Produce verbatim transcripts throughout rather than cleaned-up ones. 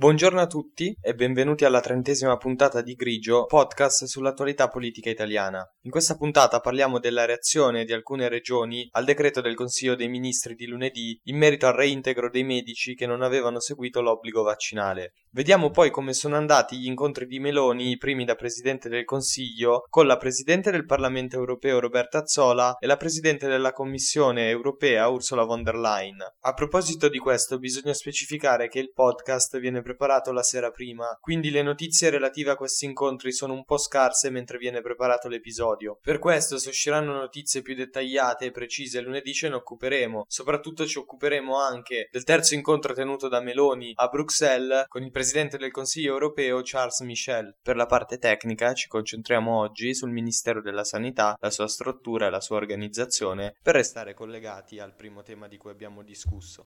Buongiorno a tutti e benvenuti alla trentesima puntata di Grigio, podcast sull'attualità politica italiana. In questa puntata parliamo della reazione di alcune regioni al decreto del Consiglio dei Ministri di lunedì in merito al reintegro dei medici che non avevano seguito l'obbligo vaccinale. Vediamo poi come sono andati gli incontri di Meloni, i primi da Presidente del Consiglio, con la Presidente del Parlamento Europeo Roberta Metsola e la Presidente della Commissione Europea Ursula von der Leyen. A proposito di questo bisogna specificare che il podcast viene preparato la sera prima, quindi le notizie relative a questi incontri sono un po' scarse mentre viene preparato l'episodio. Per questo, se usciranno notizie più dettagliate e precise lunedì, ce ne occuperemo. Soprattutto ci occuperemo anche del terzo incontro tenuto da Meloni a Bruxelles con il Presidente del Consiglio europeo Charles Michel. Per la parte tecnica ci concentriamo oggi sul Ministero della Sanità, la sua struttura e la sua organizzazione, per restare collegati al primo tema di cui abbiamo discusso.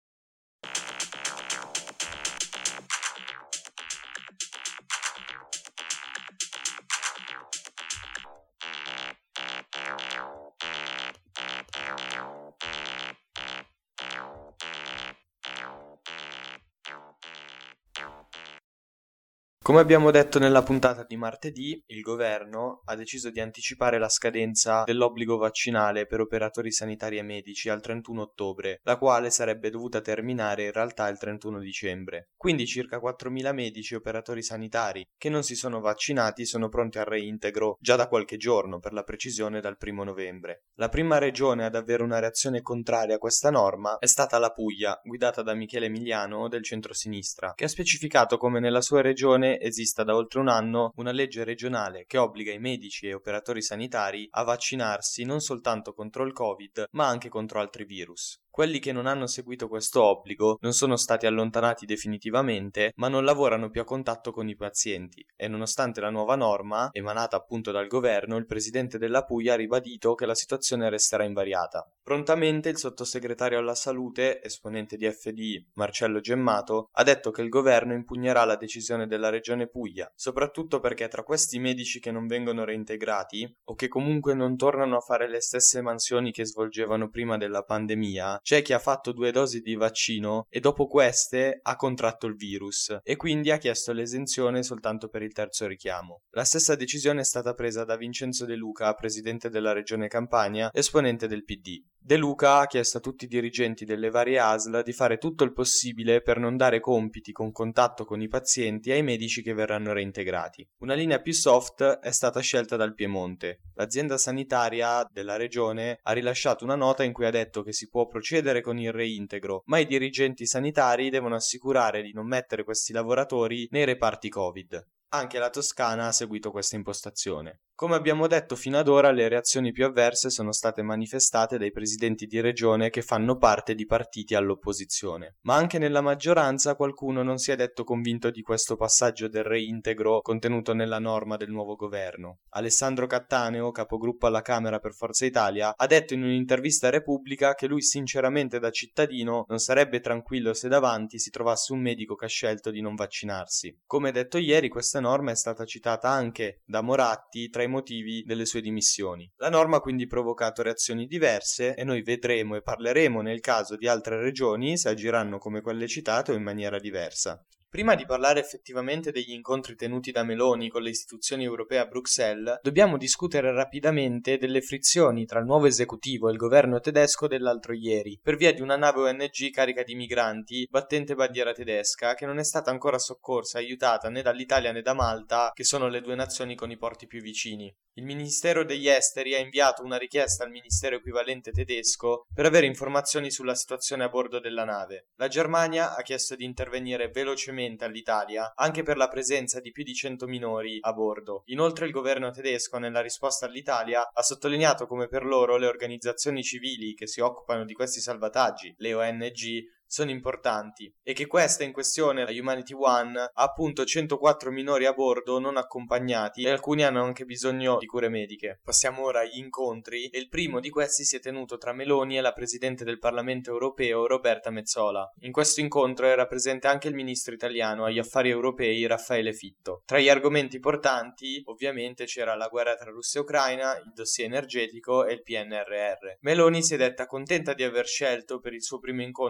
Come abbiamo detto nella puntata di martedì, il governo ha deciso di anticipare la scadenza dell'obbligo vaccinale per operatori sanitari e medici al trentuno ottobre, la quale sarebbe dovuta terminare in realtà il trentuno dicembre. Quindi circa quattromila medici e operatori sanitari che non si sono vaccinati sono pronti al reintegro già da qualche giorno, per la precisione dal primo novembre. La prima regione ad avere una reazione contraria a questa norma è stata la Puglia, guidata da Michele Emiliano del centrosinistra, che ha specificato come nella sua regione esista da oltre un anno una legge regionale che obbliga i medici e operatori sanitari a vaccinarsi non soltanto contro il Covid, ma anche contro altri virus. Quelli che non hanno seguito questo obbligo non sono stati allontanati definitivamente, ma non lavorano più a contatto con i pazienti e nonostante la nuova norma, emanata appunto dal governo, il presidente della Puglia ha ribadito che la situazione resterà invariata. Prontamente il sottosegretario alla salute, esponente di F D, Marcello Gemmato, ha detto che il governo impugnerà la decisione della regione Puglia, soprattutto perché tra questi medici che non vengono reintegrati o che comunque non tornano a fare le stesse mansioni che svolgevano prima della pandemia, c'è chi ha fatto due dosi di vaccino e dopo queste ha contratto il virus e quindi ha chiesto l'esenzione soltanto per il terzo richiamo. La stessa decisione è stata presa da Vincenzo De Luca, presidente della regione Campania, esponente del P D. De Luca ha chiesto a tutti i dirigenti delle varie A S L di fare tutto il possibile per non dare compiti con contatto con i pazienti ai medici che verranno reintegrati. Una linea più soft è stata scelta dal Piemonte. L'azienda sanitaria della regione ha rilasciato una nota in cui ha detto che si può procedere con il reintegro, ma i dirigenti sanitari devono assicurare di non mettere questi lavoratori nei reparti Covid. Anche la Toscana ha seguito questa impostazione. Come abbiamo detto fino ad ora, le reazioni più avverse sono state manifestate dai presidenti di regione che fanno parte di partiti all'opposizione. Ma anche nella maggioranza qualcuno non si è detto convinto di questo passaggio del reintegro contenuto nella norma del nuovo governo. Alessandro Cattaneo, capogruppo alla Camera per Forza Italia, ha detto in un'intervista a Repubblica che lui sinceramente da cittadino non sarebbe tranquillo se davanti si trovasse un medico che ha scelto di non vaccinarsi. Come detto ieri, questa norma è stata citata anche da Moratti tra i motivi delle sue dimissioni. La norma ha quindi provocato reazioni diverse e noi vedremo e parleremo nel caso di altre regioni se agiranno come quelle citate o in maniera diversa. Prima di parlare effettivamente degli incontri tenuti da Meloni con le istituzioni europee a Bruxelles, dobbiamo discutere rapidamente delle frizioni tra il nuovo esecutivo e il governo tedesco dell'altro ieri, per via di una nave O N G carica di migranti battente bandiera tedesca che non è stata ancora soccorsa e aiutata né dall'Italia né da Malta, che sono le due nazioni con i porti più vicini. Il Ministero degli Esteri ha inviato una richiesta al Ministero equivalente tedesco per avere informazioni sulla situazione a bordo della nave. La Germania ha chiesto di intervenire velocemente all'Italia anche per la presenza di più di cento minori a bordo. Inoltre il governo tedesco nella risposta all'Italia ha sottolineato come per loro le organizzazioni civili che si occupano di questi salvataggi, le O N G, sono importanti e che questa in questione, la Humanity One, ha appunto centoquattro minori a bordo non accompagnati e alcuni hanno anche bisogno di cure mediche. Passiamo ora agli incontri e il primo di questi si è tenuto tra Meloni e la Presidente del Parlamento Europeo Roberta Metsola. In questo incontro era presente anche il ministro italiano agli affari europei Raffaele Fitto. Tra gli argomenti portanti ovviamente c'era la guerra tra Russia e Ucraina, il dossier energetico e il P N R R. Meloni si è detta contenta di aver scelto per il suo primo incontro al Parlamento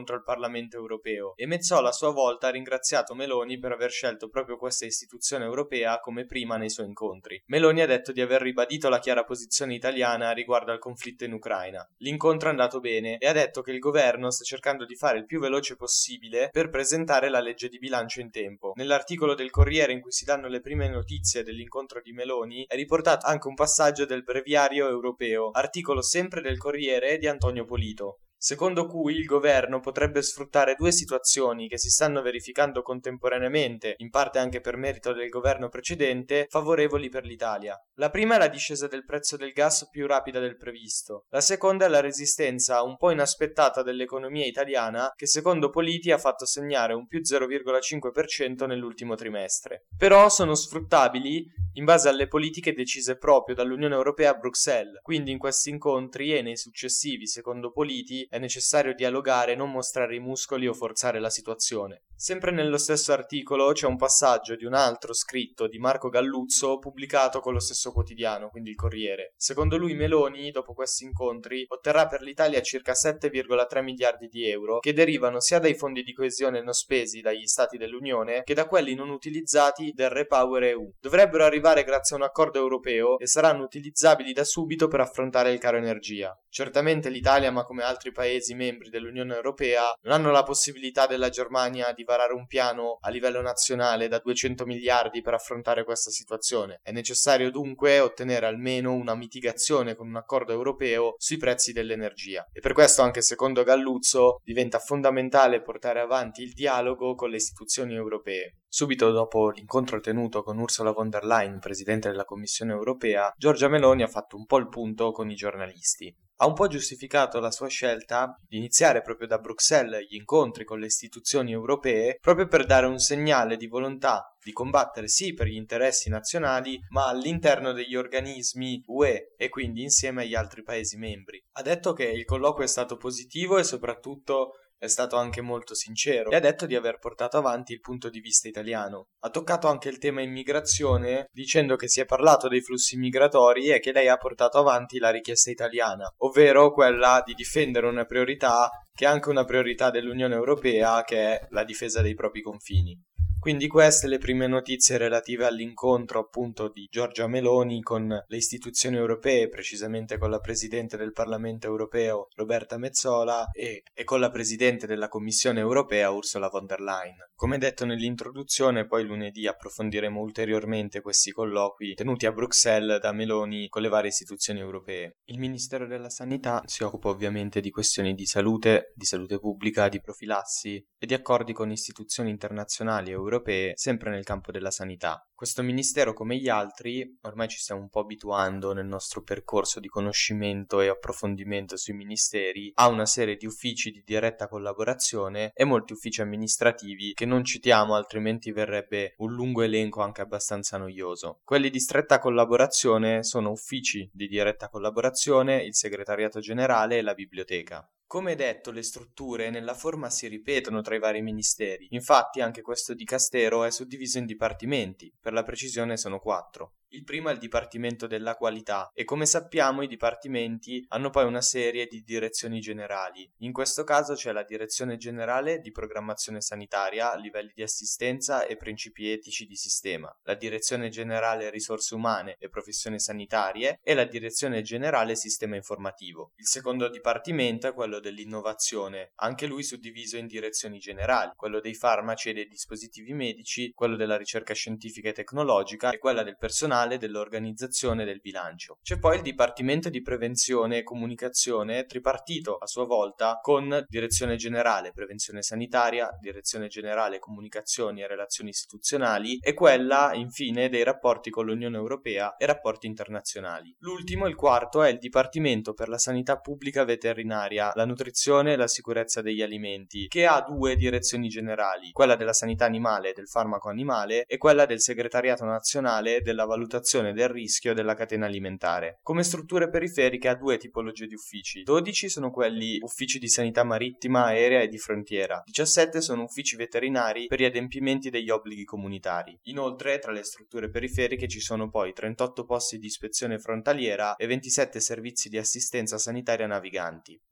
Parlamento europeo e Metsola a sua volta ha ringraziato Meloni per aver scelto proprio questa istituzione europea come prima nei suoi incontri. Meloni ha detto di aver ribadito la chiara posizione italiana riguardo al conflitto in Ucraina. L'incontro è andato bene e ha detto che il governo sta cercando di fare il più veloce possibile per presentare la legge di bilancio in tempo. Nell'articolo del Corriere in cui si danno le prime notizie dell'incontro di Meloni è riportato anche un passaggio del breviario europeo, articolo sempre del Corriere di Antonio Polito, secondo cui il governo potrebbe sfruttare due situazioni che si stanno verificando contemporaneamente, in parte anche per merito del governo precedente, favorevoli per l'Italia. La prima è la discesa del prezzo del gas più rapida del previsto. La seconda è la resistenza un po' inaspettata dell'economia italiana che secondo Politi ha fatto segnare un più zero virgola cinque per cento nell'ultimo trimestre. Però sono sfruttabili in base alle politiche decise proprio dall'Unione Europea a Bruxelles. Quindi in questi incontri e nei successivi, secondo Politi, è necessario dialogare e non mostrare i muscoli o forzare la situazione. Sempre nello stesso articolo c'è un passaggio di un altro scritto di Marco Galluzzo pubblicato con lo stesso quotidiano, quindi il Corriere. Secondo lui Meloni, dopo questi incontri, otterrà per l'Italia circa sette virgola tre miliardi di euro che derivano sia dai fondi di coesione non spesi dagli stati dell'Unione che da quelli non utilizzati del Repower E U. Dovrebbero arrivare grazie a un accordo europeo e saranno utilizzabili da subito per affrontare il caro energia. Certamente l'Italia, ma come altri paesi membri dell'Unione Europea, non hanno la possibilità della Germania di varare un piano a livello nazionale da duecento miliardi per affrontare questa situazione. È necessario dunque ottenere almeno una mitigazione con un accordo europeo sui prezzi dell'energia. E per questo, anche secondo Galluzzo, diventa fondamentale portare avanti il dialogo con le istituzioni europee. Subito dopo l'incontro tenuto con Ursula von der Leyen, presidente della Commissione europea, Giorgia Meloni ha fatto un po' il punto con i giornalisti. Ha un po' giustificato la sua scelta di iniziare proprio da Bruxelles gli incontri con le istituzioni europee proprio per dare un segnale di volontà di combattere sì per gli interessi nazionali, ma all'interno degli organismi U E e quindi insieme agli altri Paesi membri. Ha detto che il colloquio è stato positivo e soprattutto è stato anche molto sincero e ha detto di aver portato avanti il punto di vista italiano. Ha toccato anche il tema immigrazione dicendo che si è parlato dei flussi migratori e che lei ha portato avanti la richiesta italiana, ovvero quella di difendere una priorità che è anche una priorità dell'Unione Europea, che è la difesa dei propri confini. Quindi queste le prime notizie relative all'incontro appunto di Giorgia Meloni con le istituzioni europee, precisamente con la Presidente del Parlamento Europeo Roberta Metsola e, e con la Presidente della Commissione Europea Ursula von der Leyen. Come detto nell'introduzione, poi lunedì approfondiremo ulteriormente questi colloqui tenuti a Bruxelles da Meloni con le varie istituzioni europee. Il Ministero della Sanità si occupa ovviamente di questioni di salute, di salute pubblica, di profilassi e di accordi con istituzioni internazionali europee sempre nel campo della sanità. Questo ministero, come gli altri, ormai ci stiamo un po' abituando nel nostro percorso di conoscimento e approfondimento sui ministeri, ha una serie di uffici di diretta collaborazione e molti uffici amministrativi che non citiamo, altrimenti verrebbe un lungo elenco anche abbastanza noioso. Quelli di stretta collaborazione sono uffici di diretta collaborazione, il segretariato generale e la biblioteca. Come detto, le strutture nella forma si ripetono tra i vari ministeri, infatti anche questo dicastero è suddiviso in dipartimenti, per la precisione sono quattro. Il primo è il Dipartimento della Qualità e come sappiamo i dipartimenti hanno poi una serie di direzioni generali. In questo caso c'è la Direzione Generale di Programmazione Sanitaria, livelli di assistenza e principi etici di sistema, la Direzione Generale Risorse Umane e Professioni Sanitarie e la Direzione Generale Sistema Informativo. Il secondo dipartimento è quello dell'innovazione, anche lui suddiviso in direzioni generali, quello dei farmaci e dei dispositivi medici, quello della ricerca scientifica e tecnologica e quella del personale dell'organizzazione del bilancio. C'è poi il Dipartimento di Prevenzione e Comunicazione, tripartito a sua volta, con Direzione Generale Prevenzione Sanitaria, Direzione Generale Comunicazioni e Relazioni Istituzionali e quella, infine, dei rapporti con l'Unione Europea e rapporti internazionali. L'ultimo, il quarto, è il Dipartimento per la Sanità Pubblica Veterinaria, la Nutrizione e la Sicurezza degli Alimenti, che ha due direzioni generali, quella della sanità animale e del farmaco animale e quella del Segretariato Nazionale della Valutazione del rischio della catena alimentare. Come strutture periferiche ha due tipologie di uffici. dodici sono quelli uffici di sanità marittima, aerea e di frontiera. diciassette sono uffici veterinari per gli adempimenti degli obblighi comunitari. Inoltre, tra le strutture periferiche ci sono poi trentotto posti di ispezione frontaliera e ventisette servizi di assistenza sanitaria naviganti.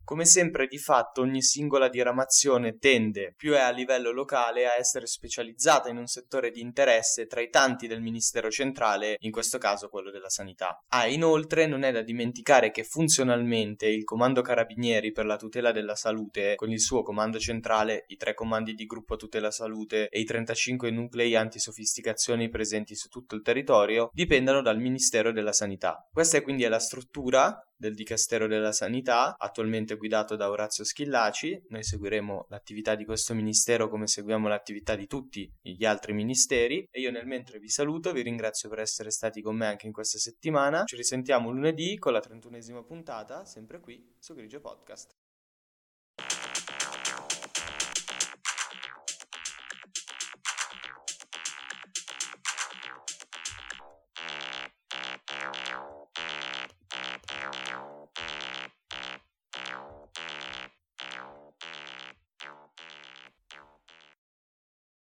Come sempre, di fatto, ogni singola diramazione tende, più è a livello locale, a essere specializzata in un settore di interesse tra i tanti del Ministero centrale, in questo caso quello della sanità. Ah, inoltre non è da dimenticare che funzionalmente il Comando Carabinieri per la tutela della salute, con il suo comando centrale, i tre comandi di gruppo tutela salute e i trentacinque nuclei antisofisticazioni presenti su tutto il territorio, dipendono dal Ministero della Sanità. Questa è quindi la struttura del Dicastero della Sanità, attualmente guidato da Orazio Schillaci. Noi seguiremo l'attività di questo ministero come seguiamo l'attività di tutti gli altri ministeri, e io nel mentre vi saluto, vi ringrazio per essere stati con me anche in questa settimana. Ci risentiamo lunedì con la trentunesima puntata, sempre qui su Grigio Podcast.